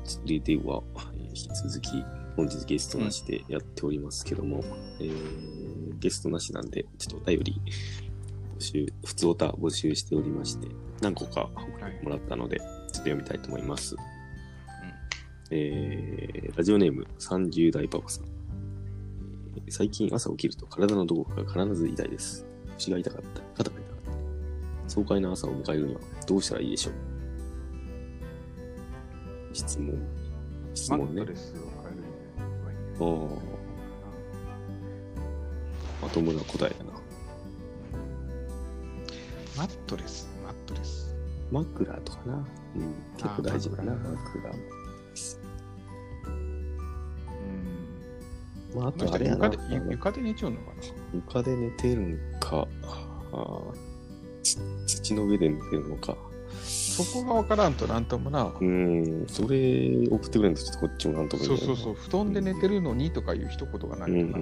それでは、引き続き本日ゲストなしでやっておりますけども、ゲストなしなんでちょっとお便り普通おた募集しておりまして、何個かもらったのでちょっと読みたいと思います。ラジオネーム30代パパさん。最近朝起きると体のどこかが必ず痛いです。腰が痛かった、肩が痛かった。爽快な朝を迎えるにはどうしたらいいでしょう。質問ね。 マットレスを変えるああ。まともな答えだな。 マットレス。 枕とかな。結構大事だな、枕。まあ、あとあれやな。 床で寝ちゃうのかな。 床で寝てるんか、土の上で寝てるのか。 そこが分からんとなんともな。 それ送ってくれるとちょっとこっちもなんとも言えない。 そう。布団で寝てるのにとかいう一言がないかな。い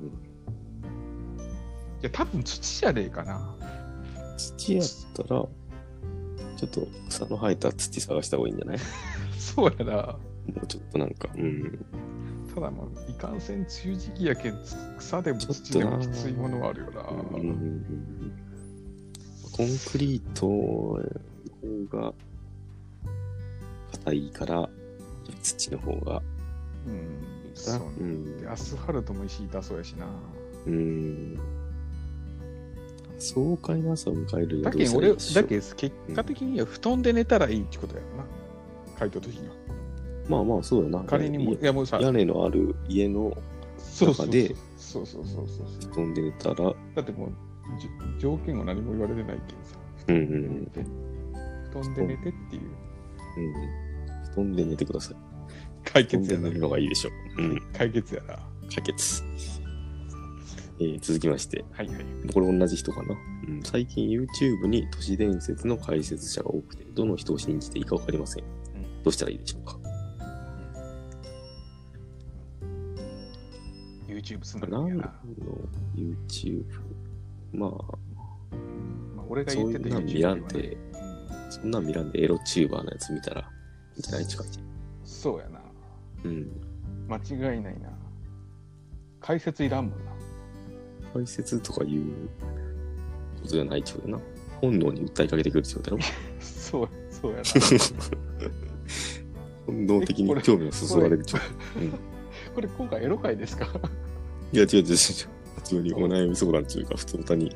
や、多分土じゃねえかな。 土やったら、ちょっと草の生えた土探した方がいいんじゃない？ そうやな。もうちょっとなんか、 ただいかんせん梅雨時期やけん、草でも土でもきついものはあるよな。 コンクリートの方が硬いから、土の方が。 そうね。アスファルトも石痛そうやしな。 爽快な朝を迎えるだけど結果的には布団で寝たらいいってことやな。書いた時には。 まあそうやな。 仮にもうさ、 屋根のある家の中でそう布団で寝たら、 だってもう条件は何も言われてないけどさ、布団で寝てっていう、 布団で寝てください。 解決やな。 布団で寝るのがいいでしょう。 解決やな。 解決。続きまして、これ同じ人かな。最近 YouTube に都市伝説の解説者が多くて、どの人を信じていいか分かりません。どうしたらいいでしょうか。 YouTube すんのやな。 YouTube。まあ俺が言ってた YouTube そんなん見らんでエロチューバーのやつ見たらいいんじゃない？近い。 そうやな。間違いないな。解説いらんもんな。 解説とかいうことじゃないってことだな。本能に訴えかけてくるってことだろ。 そうやな。 本能的に興味をそそられるってこと。 これ今回エロ回ですか？ いや違う。普通にお悩み相談というか、普通歌に。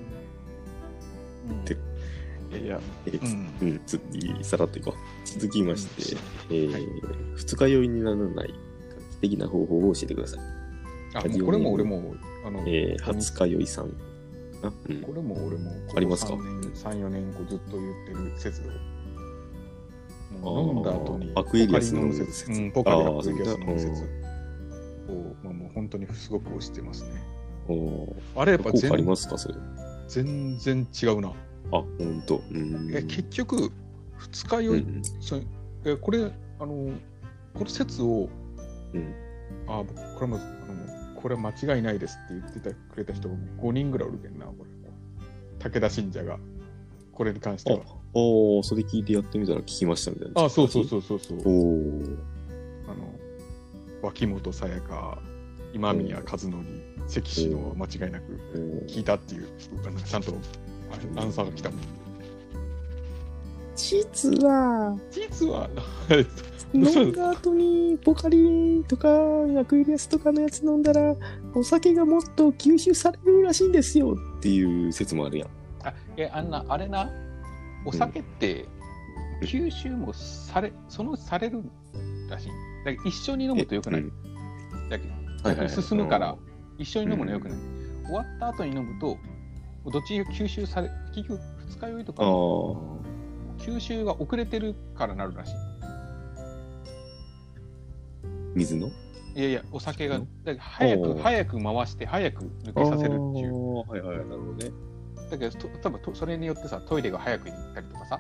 さらっといこう。続きまして、二日酔いにならない画期的な方法を教えてください。 これも俺も、 二日酔いさん。 これも俺も、 ありますか？ 3、4年ずっと言ってる説を。飲んだ後にアクエリアスの説。 ポカリアクエリアスの説を、もう本当にすごく推してますね。あれやっぱ効果ありますか、それ？ 全然違うな。 ほんと。 結局、二日酔い、これ説を、これは間違いないですって言ってくれた人が5人ぐらいおるけんな、これ。武田信者が、これに関しては。 それ聞いてやってみたら聞きましたみたいな。 そう。脇本さやか、今宮和則、関氏の間違いなく聞いたっていう、ちゃんとアンサーが来たもん。 実は飲んだ後にポカリとかアクエリアスとかのやつ飲んだらお酒がもっと吸収されるらしいんですよっていう説もあるやん。 あれな、お酒って吸収もされるらしい。だから一緒に飲むとよくない。だけど進むから一緒に飲むのよくない。終わった後に飲むとどっちが吸収され、結局二日酔いとか吸収が遅れてるからなるらしい。 水の？ いやお酒が早く回して早く抜けさせるっていう。 なるほどね。 だけど多分それによってさ、トイレが早く行ったりとかさ。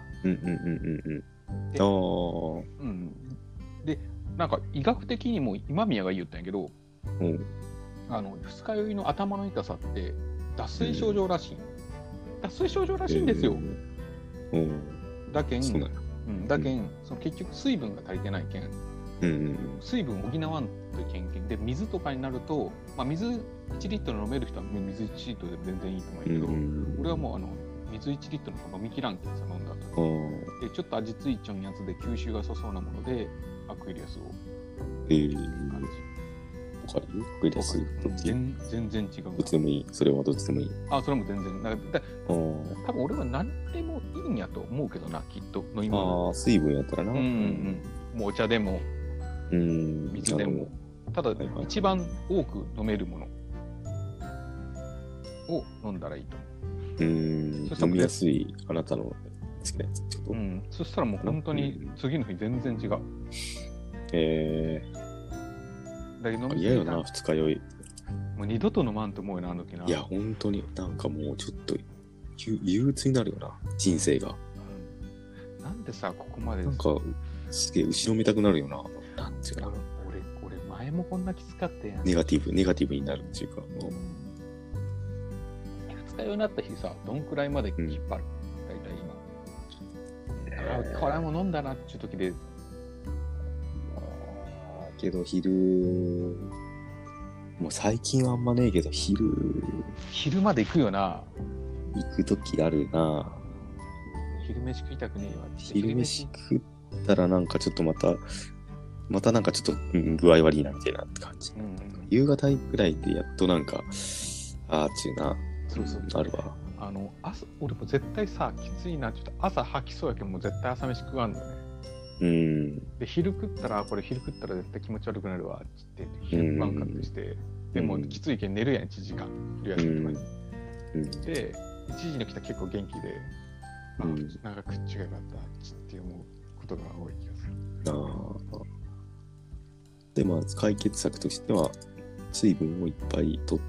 でなんか医学的にも今宮が言ったんやけど、二日酔いの頭の痛さって脱水症状らしい。脱水症状らしいんですよ。だけんその結局水分が足りてないけんうん。 水分を補わんといけんけんで、水とかになると、まあ、水1リットル飲める人は水1リットルで全然いいと思うけど、俺はもう水1リットルとか飲みきらんけんさ、飲んだ後に。で、ちょっと味ついちゃうやつで吸収がしそうなもので、アクエリアスを。感じ。 わかる？アクエリアスどっち？ 全然違う。 どっちでもいい。それはどっちでもいい。 それも全然。多分俺は何でもいいんやと思うけどな、きっと。飲み物。 水分やったらな。 もうお茶でも、水でも。ただ、一番多く飲めるものを飲んだらいいと思う。 飲みやすいあなたの好きなやつ。 そしたらもう本当に次の日全然違う。だけど嫌よな、二日酔い。 もう二度と飲まんと思うよな、あの時な。 いや、本当になんかもうちょっと憂鬱になるよな、人生が。 なんでさ、ここまで。 なんか、すげえ後ろめたくなるよな。なんていうかな。 俺前もこんなきつかったやん。 ネガティブになるっていうか。 二日酔いになった日さ、どんくらいまで引っ張る？大体今。これも飲んだなっていう時で。 けど昼、もう最近はあんまねえけど、 昼まで行くよな。 行く時あるな。 昼飯食いたくねえわ。 昼飯食ったらなんかちょっとまたなんかちょっと、具合悪いなみたいな感じ。夕方ぐらいでやっとなんか、っていうな。あるわ。 俺も絶対さ、きついな、ちょっと朝吐きそうやけど、もう絶対朝飯食わんのね。で、昼食ったら絶対気持ち悪くなるわって昼食わんかってして、でもきついけん寝るやん、1時間。昼休みとかに。で、1時に来たら結構元気で、長く違いがあったって思うことが多い気がする。 で、まあ、解決策としては、水分をいっぱい取って、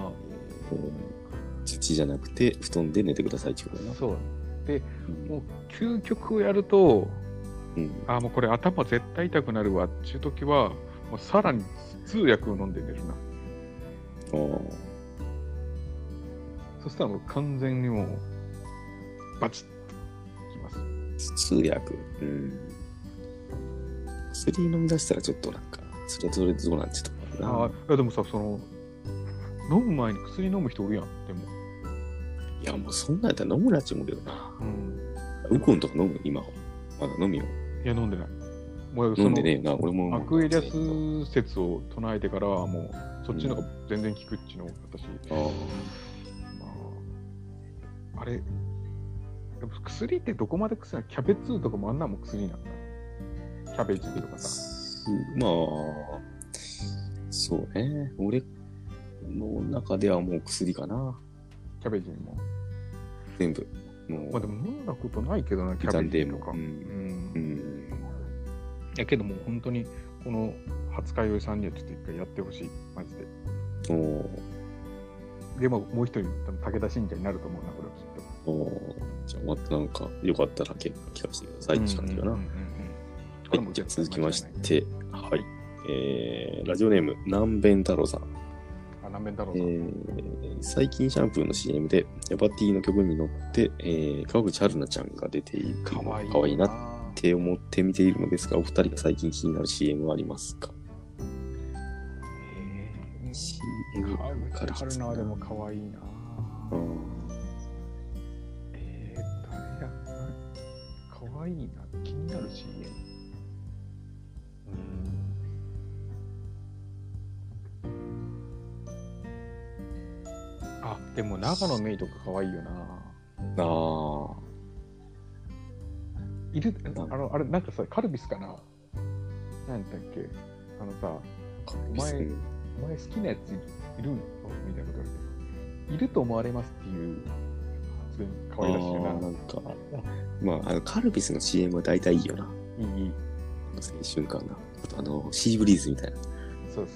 土じゃなくて布団で寝てくださいってことだな。 そうで、もう究極をやると、もうこれ頭絶対痛くなるわっていう時は、もうさらに頭痛薬を飲んで寝るな。そしたらもう完全にもうバチッときます。 頭痛薬。薬飲み出したらちょっとなんか、それどうなんてとかな。でもさ、飲む前に薬飲む人おるやん、でも。 いや、もうそんなんやったら飲むなって思うけどな。ウコンとか飲む今は。まだ飲むよ。 いや、飲んでない。 もう飲んでねえな、俺も。 アクエリアス説を唱えてからはもう、そっちの方が全然効くっちゅうのを私。あれ、薬ってどこまで薬なの？キャベツとかもあんなも薬になった。キャベジとかさ。 まあ、そうね。俺の中ではもう薬かな。 キャベジにも。 全部。 まあでも飲んだことないけどな、キャベジとか。やけどもう本当にこの二日酔いさんにはちょっと一回やってほしい、マジで。でももう一人武田信者になると思うな、これはきっと。 じゃあまたなんかよかったら聞かせてくださいって感じかな。はい、じゃあ続きまして、はい。ラジオネーム、南弁太郎さん。 南弁太郎さん。 最近シャンプーの CM でヤバティの曲に乗って、川口春奈ちゃんが出ているかわいいなって思って見ているのですが、お二人が最近気になる CM はありますか？CM 川口春奈でもかわいいな。誰やかわいいな、気になる CM。でも長野メイとか可愛いよな。いる、あれなんかさ、カルビスかな。なんだっけ、さ、お前好きなやついるのみたいなこと言われて、いると思われますっていう発言可愛らしいよな。 なんか、まあカルビスの CM は大体いいよな。 いい。 瞬間な。あとシーブリーズみたいな。 そう。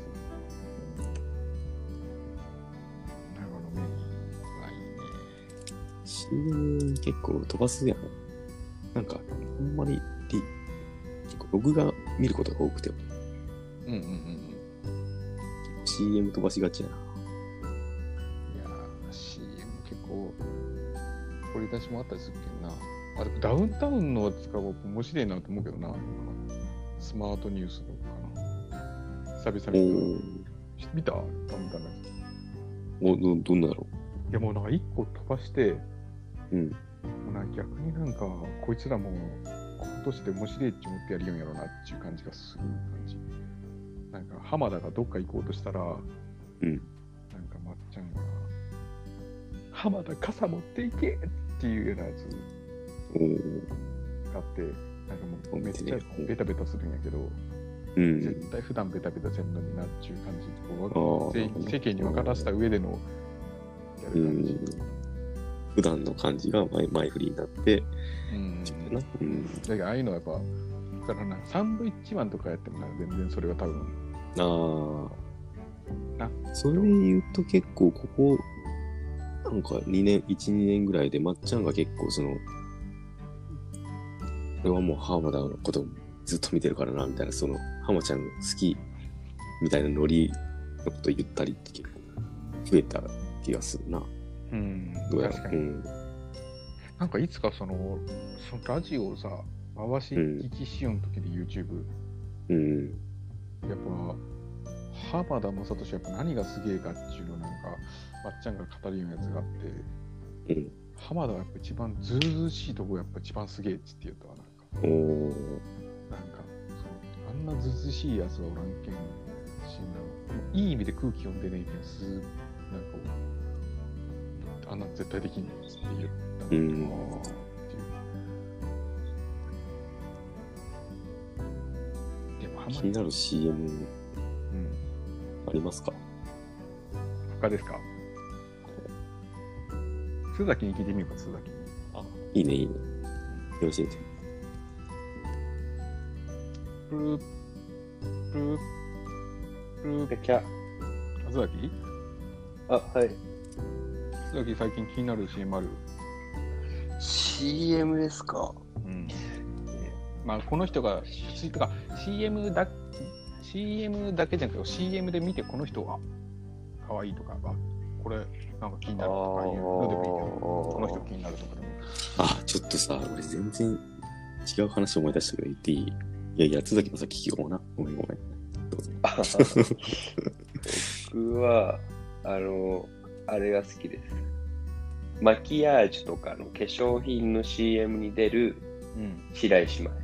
CM 結構飛ばすやん。なんか、ほんまに結構僕が見ることが多くて。CM 飛ばしがちやな。 いやー、CM 結構掘り出しもあったりするけどな。でもダウンタウンの使う面白いなと思うけどな。 スマートニュースのかな。久々に見た？ どんなだろいやもうなんか1個飛ばして、 う。 もうなんか逆になんかこいつらも今年で面白いって思ってやるよんやろうなっていう感じがする感じ。なんか浜田がどっか行こうとしたら、なんかまっちゃんが浜田傘持っていけっていうようなやつがあって、なんかもうめっちゃベタベタするんやけど、絶対普段ベタベタせんのになっていう感じ、世間に分からせた上でのやる感じ。 普段の感じが前振りになって、 だからああいうのはやっぱ、だからな、サンドイッチマンとかやってもな、全然それは多分。 それ言うと結構ここ、なんか1、2年ぐらいでまっちゃんが結構その、俺はもう浜田のことずっと見てるからな、みたいな、その、浜ちゃん好きみたいなノリのこと言ったりって結構増えた気がするな。どうやら。 確かに。なんかいつかそのラジオをさ、回し聞きしよんときで YouTube。やっぱ、浜田雅俊やっぱ何がすげえかっていうのをなんか、まっちゃんが語るようなやつがあって、浜田はやっぱ一番ずうずうしいとこやっぱ一番すげえっつって言うとはなんか、あんなずうずうしいやつはおらんけんしいい意味で空気読んでねえけんなんかあんな絶対できんって言ったっていう。でも気になる CM、ありますか？ 他ですか？須崎に聞いてみようか、須崎に。 いいね、いいね。よろしいです。 プルキャ。 須崎？ はい。 須崎最近気になる CM ある？ CM ですか？ まあこの人がとか CM だけじゃなくて CM で見てこの人が可愛いとかこれなんか気になるとかいうのでもいいけど、この人気になるとかでも。 ちょっとさ、俺全然違う話思い出したけど言っていい？いや、津崎のさ聞きような。ごめん。どうぞ。 僕は、あれが好きです。マキアージュとかの化粧品の CM に出る白石麻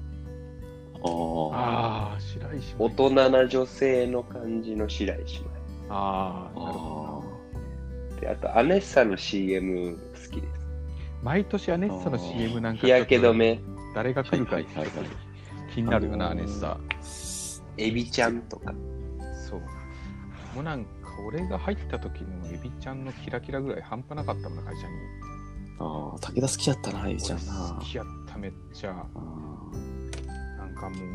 衣。 白石麻衣。大人な女性の感じの白石麻衣。なるほど。 で、あと、アネッサの CM 好きです。 毎年アネッサの CM なんか日焼け止め。 誰が来るか気になるよな、アネッサ。 エビちゃんとか。 そう。もうなんか俺が入った時のエビちゃんのキラキラぐらい半端なかったもんな、会社に。 武田好きやったな、エビちゃんな。 好きやった、めっちゃ。なんかもう、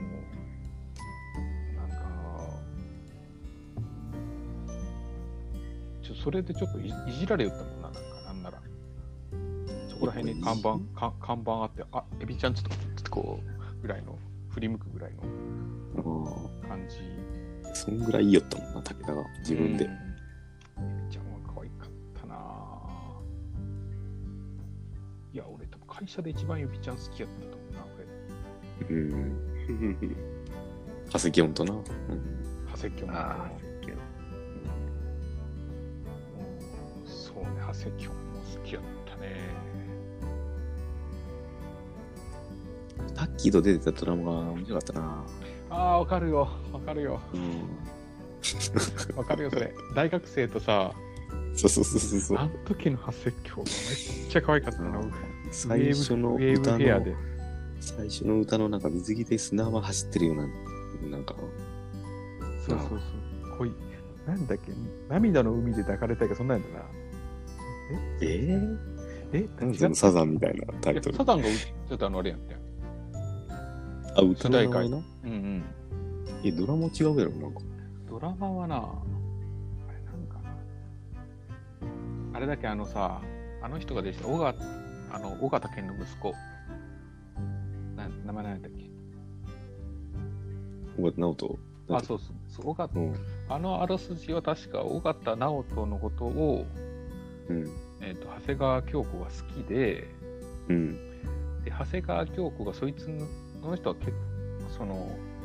それでちょっといじられよったもんな、なんなら。そこら辺に看板あって、エビちゃんちょっとこう、ぐらいの、振り向くぐらいの感じ。 そんぐらいいいよったもんな、武田が自分で。エビちゃんは可愛かったな。いや、俺多分会社で一番エビちゃん好きやったと思うな、俺。 長谷京とな。 長谷京も。そうね、長谷京も好きやったね。 タッキーと出てたドラマが面白かったな。 わかるよ。わかるよ、それ。大学生とさ、 そう。 あの時の長谷京がめっちゃ可愛かったな。 最初の歌のなんか水着で砂場走ってるような、なんか。 そう。なんだっけ、涙の海で抱かれたいか、そんなんやんだな。 なんそのサザンみたいなタイトル。 サザンがちょっとあれやんて。 歌の名前な。ドラマ違うやろ、なんか。 ドラマはな、あれなんかな。あれだけあの人が出てた、尾形健の息子。名前何だっけ？ 尾形直人。 そう。尾形。あらすじは確か尾形直人のことを、長谷川京子が好きで、で長谷川京子がその人は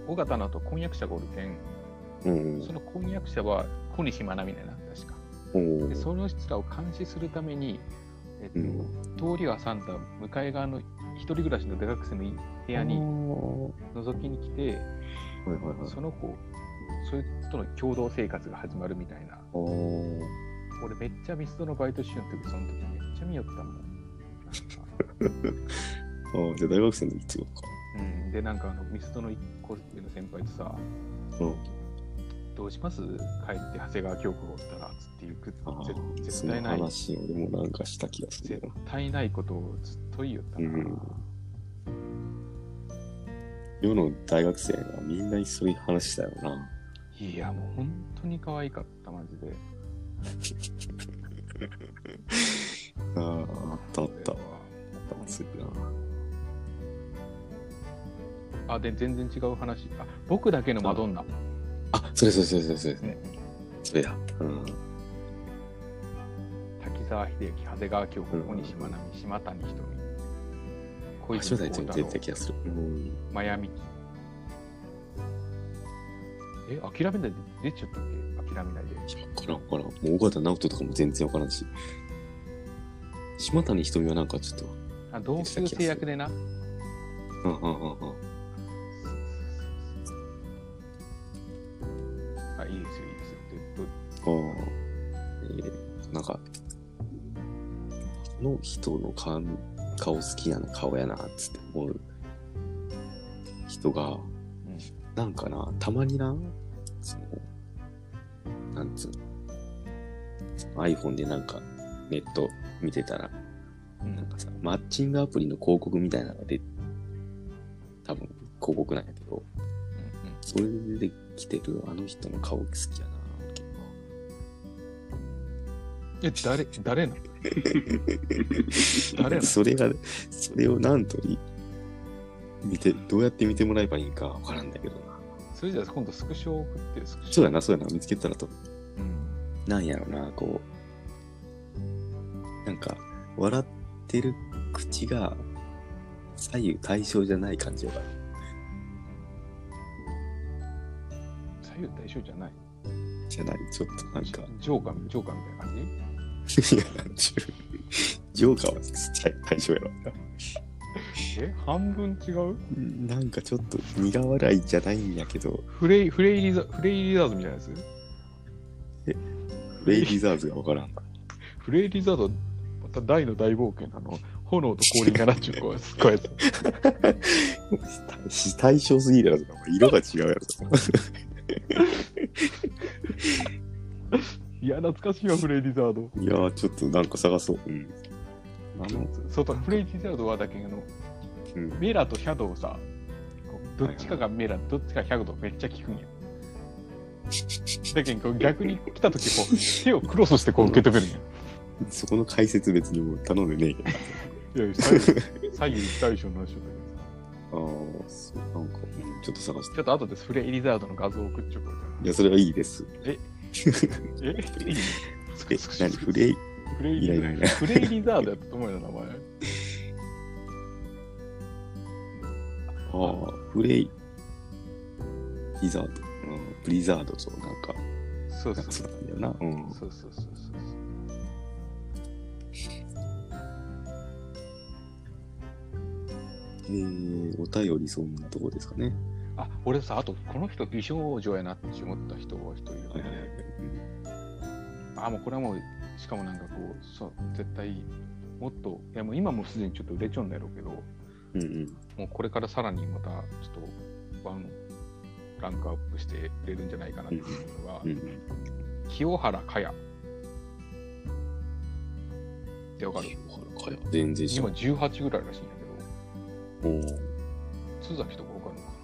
尾形の後婚約者がおるけん、その婚約者は小西真奈美だな、確か。でその人らを監視するために、通りを挟んだ向かい側の一人暮らしの大学生の部屋に覗きに来て、その子、そいつとの共同生活が始まるみたいな。俺めっちゃミスドのバイトしようの時、その時めっちゃ見よったもん。 じゃあ大学生の時ってことか。 で、なんかミスドの一個上の先輩とさ、どうします帰って長谷川京子がおったらつって言う絶対ない。 その話俺もなんかした気がする。 絶対ないことをずっと言いよったな。 世の大学生がみんなそういう話したよな。 いや、もう本当に可愛かった、マジで。 あったあった。 で、全然違う話。僕だけのマドンナ。 それ。それだ。 滝沢秀明、長谷川京子、小西真奈美、島谷ひとみ。小泉孝太郎、出てた気がする。 マヤミキ。諦めないで出ちゃったっけ？諦めないで。 わからん。もう尾形直人とかも全然わからんし。島谷ひとみはなんかちょっと。 同級生役でな。いいですよ。 なんか、この人の顔好きなの顔やなっつって思う人が、なんかな、たまにな、なんつうの、iPhone でなんかネット見てたら、なんかさ、マッチングアプリの広告みたいなのが多分広告なんやけど、それで出てきてるあの人の顔好きやな。 誰なの誰なのそれをなんとどうやって見てもらえばいいかわからんだけどな。 それじゃあ今度スクショを送ってる。 そうやな、見つけたらと。なんやろな、こう。なんか、笑ってる口が左右対称じゃない感じがある。 左右対称じゃないちょっとなんか。 ジョーカーみたいな感じ？ いや、ジョーカーは対象やろ。 半分違う？ なんかちょっと苦笑いじゃないんやけど。 フレイリザーズみたいなやつ？ フレイリザーズが分からん。 フレイリザード、また大の大冒険炎と氷が70個すごいやつ。対象すぎるやろ。色が違うやろ。 いや、懐かしいわ、フレイリザード。 いやちょっとなんか探そう。フレイリザードはだけメラとシャドウさ、どっちかがメラ、どっちかシャドウめっちゃ効くんや。だけど逆に来たとき、手をクロスして受け止めるんや。 そこの解説別にも頼んでねえけど。いや、左右対称の話だけどさ。なんか、ちょっと探して。 ちょっと後でフレイリザードの画像を送っちゃおうか。 いや、それはいいです。何フレイリザードやったと思うよ、名前。 フレイリザード。ブリザードとなんか。 そうなんだよな。 そう。 お便りそんなとこですかね。 俺さ、あとこの人美少女やなって思った人は一人いるね。もうこれはもう、しかもなんか絶対もっと、いやもう今もすでにちょっと売れちゃうんだろうけど、もうこれからさらにまたちょっとワンランクアップして売れるんじゃないかなっていうのが、清原果耶ってわかる？ 全然知ら今18ぐらいらしいんだけど、津崎とかわかるのか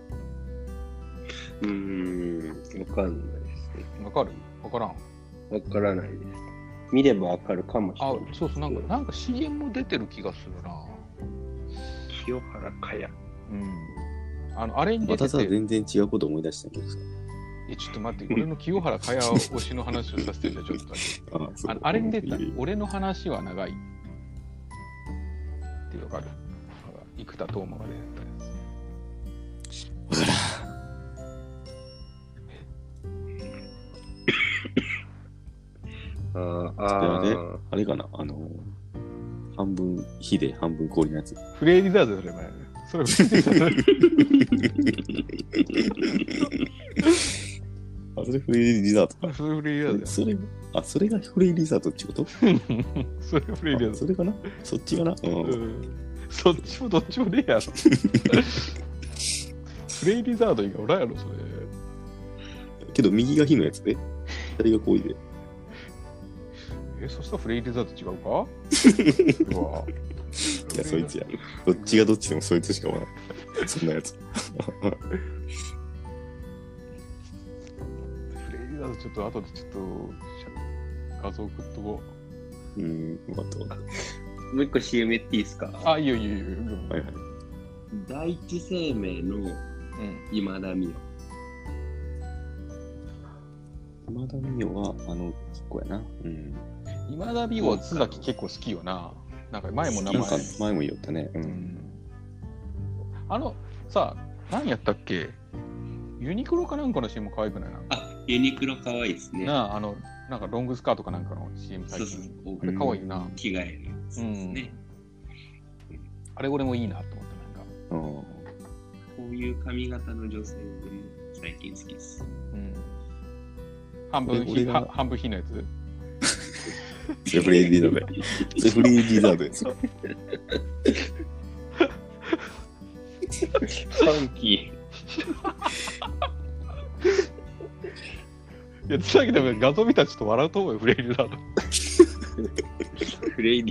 な？わかんないですね。 わかる？わからん？ わからないです。見ればわかるかもしれない。 そう、なんか CM も出てる気がするな。 清原果耶。 あれに出てて。 またさ、全然違うこと思い出したけどさ。 ちょっと待って、俺の清原果耶推しの話をさせてじゃちょっとだけ。あれに出てた、俺の話は長い。ってわかる？生田斗真が出てたやつ。 わからん。 あれかな半分火で半分氷のやつ。 フレイリザードそれ前。それフレイリザード。 あ、それフレイリザードか。 それフレイリザード。 それがフレイリザードってこと？ それフレイリザード。 それかな？そっちかな？ そっちもどっちもねえやろ。フレイリザード以外おらんやろ、それ。 けど右が火のやつで、左が氷で。 そしたらフレイリザード違うか？うわ。 いや、そいつや。どっちがどっちでもそいつしかおらん。そんなやつ。 フレイリザードちょっと後でちょっと画像送っとこう。分かった。 もう一個 CM 言っていいですか？ あ、いいよいいよいいよ。 はいはい。 第一生命の今田美桜。 今田美桜は、結構やな。 今田美桜は津崎結構好きよな。なんか前も名前。 なんか前も言ったね。 さ、何やったっけ？ユニクロかなんかの CM 可愛くないな。 あ、ユニクロ可愛いですね。 なんかロングスカートかなんかの CM 最近。あれ可愛いな。 着替えるやつですね。 あれ俺もいいなと思った、なんか。 こういう髪型の女性で最近好きです。 半分火のやつ？ それフレイリザードや。それフレイリザードやつ。ファンキー。いや、つなぎでも画像見たらちょっと笑うと思うよ、フレイリザード。 フレイリ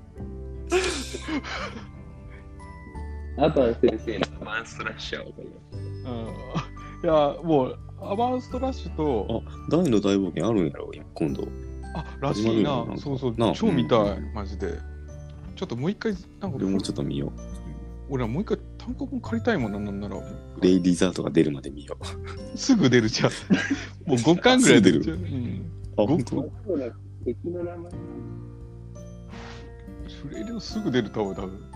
アバン先生のアバンストラッシャーを。 いや、もう、アバンストラッシュと。 大の大冒険あるんやろ、今度。 らしいな。そうそう、超見たい、マジで。ちょっともう一回、なんか。 俺もちょっと見よう。 俺はもう一回単行本借りたいもんなんなら。 フレイリザードが出るまで見よう。すぐ出るじゃん。もう5巻ぐらい出る。 あ、本当？ 敵の名前。 フレイリザすぐ出ると思う、多分。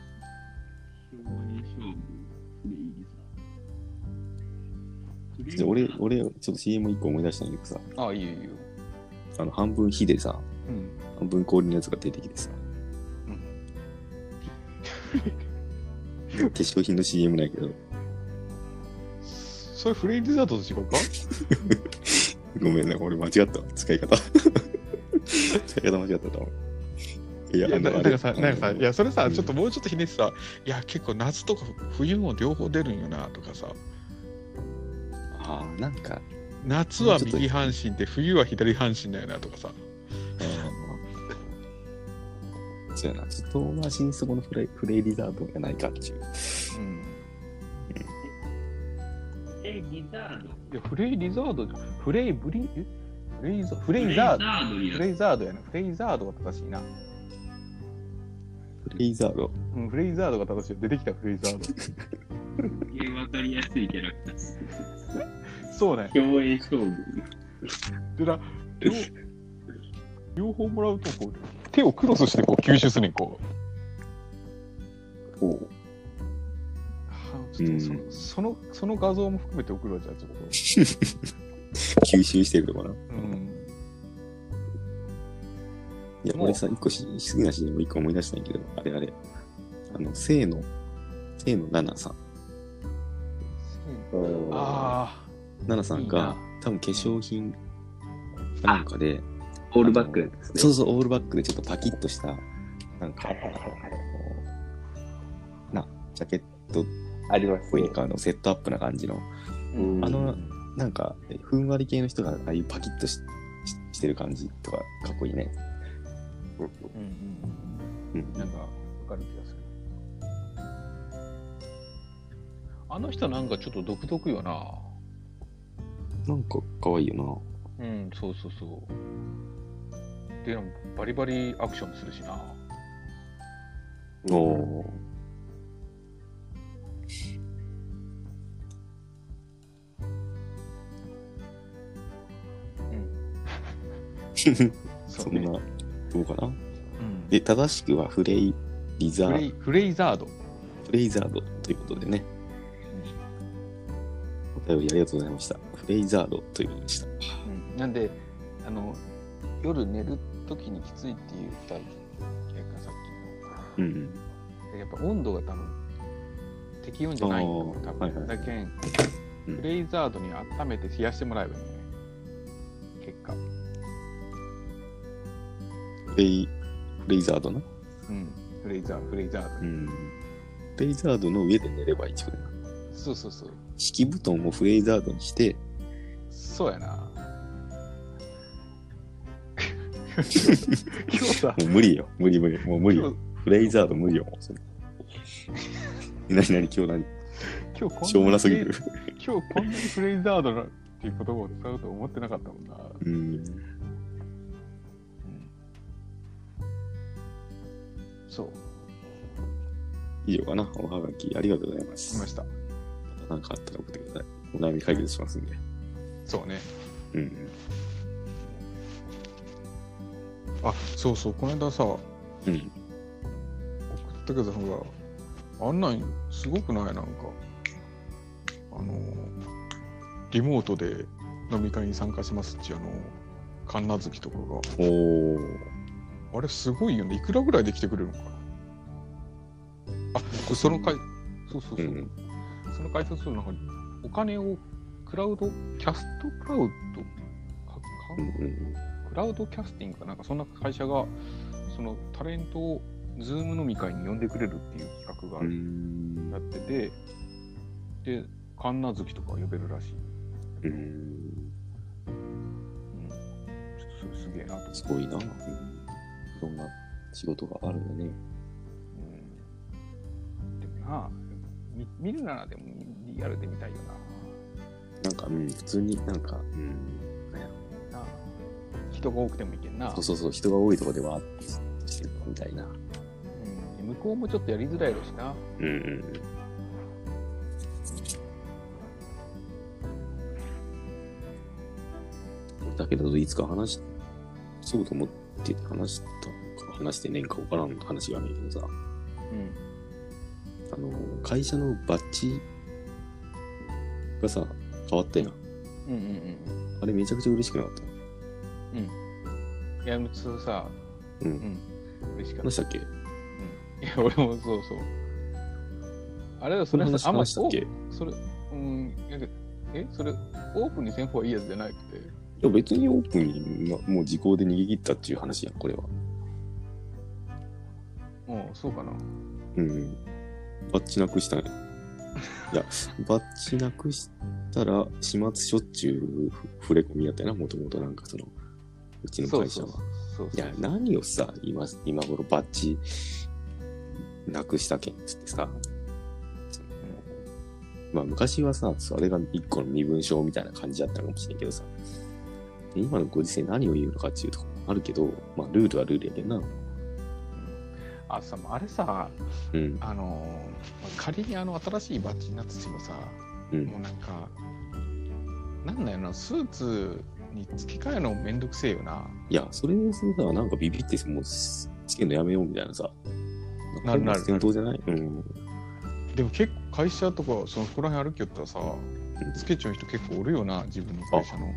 俺、ちょっと CM1 個思い出したんだけどさ。 あ、いいよいいよ。 半分火でさ、半分氷のやつが出てきてさ。化粧品の CM ないけど。 それフレイリザードと違うか？ ごめんね、俺間違ったわ。使い方。使い方間違ったと思う。いや、 なんかさ、いや、それさ、ちょっともうちょっとひねってさ、いや、結構夏とか冬も両方出るんよな、とかさ。 なんか。 夏は右半身で冬は左半身だよなとかさ。 そうやな、ちょっと回しにそこのフレイリザードがないかっていう。 リザード？ いや、フレイリザードじゃん。フレイザードやな。フレイザードが正しいな。 フレイザード？ フレイザードが正しい。出てきたフレイザード。 わかりやすいキャラクターです。 そうね。 共演勝負。 でな、両方もらうとこう手をクロスしてこう吸収するねん、こう。ちょっとその画像も含めて送るわ、じゃあちょっと。 吸収してるとこな。いや、俺さ、好きなシーンも一個思い出したんやけど、あれ。清野奈々さん。奈々さんが多分化粧品かなんかで、 オールバックですね。 そうそう、オールバックでちょっとパキッとした、なんか、ジャケットありますね。 こういうかセットアップな感じの、なんか、ふんわり系の人がああいうパキッとしてる感じとか、かっこいいね。 なんか、わかる気がする。あの人なんかちょっと独特よな。 なんか可愛いよな。そうそうそう。でもバリバリアクションするしな。 そんな、どうかな。で、正しくはフレイザードということでね。お便りありがとうございました。フレイザードということでした。 なんで、夜寝るときにきついって言ったやんか、さっきの。やっぱ温度が多分、適温じゃないんだよ、多分。はいはい、だけん、フレイザードに温めて冷やしてもらえばいいね。結果。 フレイザードな。 うん。フレイザード。 フレイザードの上で寝ればいいってことな。 そうそうそう。 敷布団をフレイザードにして。 そうやな。今日さ。 もう無理よ。無理。もう無理よ。フレイザード無理よ。何今日何今日しょうもなすぎる。 今日こんなにフレイザードっていう言葉を使うと思ってなかったもんな。そう。 以上かな。おはがきありがとうございます。 しました。 何かあったら送ってください。お悩み解決しますんで。 そうね。あ、そうそう、この間さ、送ったけどさ、あんなんすごくない？なんか、リモートで飲み会に参加しますっていう神奈月とかが。あれすごいよね。いくらぐらいで来てくれるのかな。あ、その回、そう。その解説するのに、お金をキャスティングかなんかそんな会社がそのタレントをズーム飲み会に呼んでくれるっていう企画がやってて、で神奈月とか呼べるらしい。ちょっとそれすげえなと。 すごいな。いろんな仕事があるよね。 でもな、見るならでもリアルで見たいよな。なんか普通になんか人が多くてもいけんな。 そう、人が多いところではしてるみたいな。 向こうもちょっとやりづらいろしな。 だけどいつかそうと思って話してねえんか分からん話があるんだけどさ、会社のバッジがさ変わったやん。あれめちゃくちゃ嬉しくなかった。 いや、普通さ、嬉しかった。 何したっけ？ いや、俺もそう。あれはそれ話したっけ？ それ、それ、オープンにせん方がいいやつじゃなくて。 いや、別にオープンにもう時効で逃げ切ったっていう話やん、これは。 そうかな。 バッジなくしたんや。いや、バッジなくしたら、始末しょっちゅう触れ込みやったよな、もともとなんかうちの会社は。いや、何をさ、今頃バッジなくしたけんつってさ、まあ昔はさ、それが一個の身分証みたいな感じだったのかもしれんけどさ、今のご時世何を言うのかっていうとこもあるけど、まあルールはルールやけんな。 あれさ、仮に新しいバッジになっててもさ、もうなんか、なんだよな、スーツに付け替えるのめんどくせえよな。 いや、それさ、なんかビビってもうつけるのやめようみたいなさ。 なる。 戦闘じゃない？ でも結構会社とか、そこら辺歩きよったらさ、つけちゃう人結構おるよな、自分の会社の。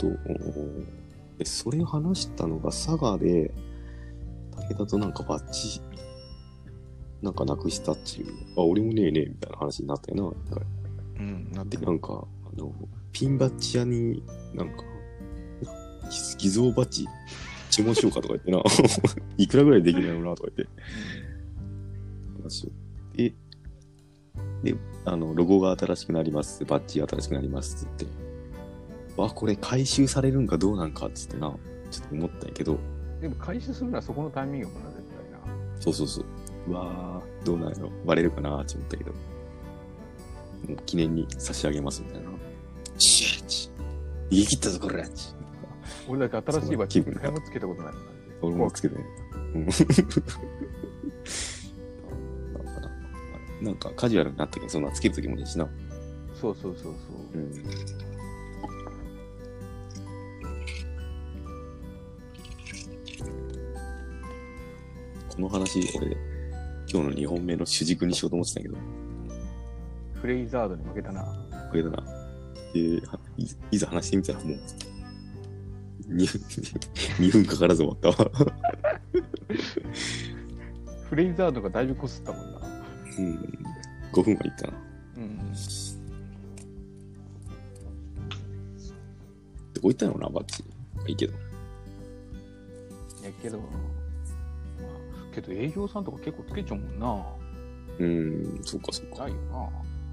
それ話したのが佐賀で、武田となんかバッジ、なんかなくしたっていう。俺もねえみたいな話になったよな、一回。 なってで、なんか、ピンバッジ屋になんか、偽造バッジ注文しようかとか言ってな、いくらぐらいできるのなとか言って、話を。で、ロゴが新しくなります、バッジ新しくなりますって言って、これ回収されるんかどうなんかっつってな、ちょっと思ったんやけど。 でも回収するのはそこのタイミングもな、絶対な。 そう。どうなんやろ、割れるかなって思ったけど、もう記念に差し上げますみたいな。シェー逃げ切ったぞこれ。 俺だけ新しいバッジ一回もつけたことないもん。 俺もつけてない。なんかカジュアルになったけど、そんなつけるときもいいしな。 そう。 この話、俺、今日の2本目の主軸にしようと思ってたけど。 フレイザードに負けたな。 で、いざ話してみたらもう、 2分かからず終わったわ。 フレイザードがだいぶこすったもんな。 うん。5分はいったな。 うん。 どこ行ったのな、バッチ。いいけど。 やけど、まあ、けど営業さんとか結構つけちゃうもんな。 そっかそっか。 ないよな。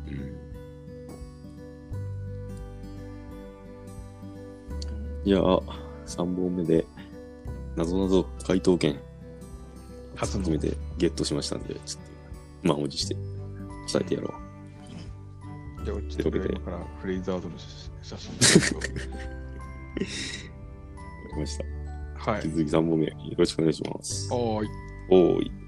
いや、3本目で、なぞなぞ回答権、初めてゲットしましたんで、ちょっと、満を持して伝えてやろう。 じゃあ、ちょっと今からフレイザードの写真わかりました。 はい。 引き続き3本目、よろしくお願いします。 はーい。 おーい。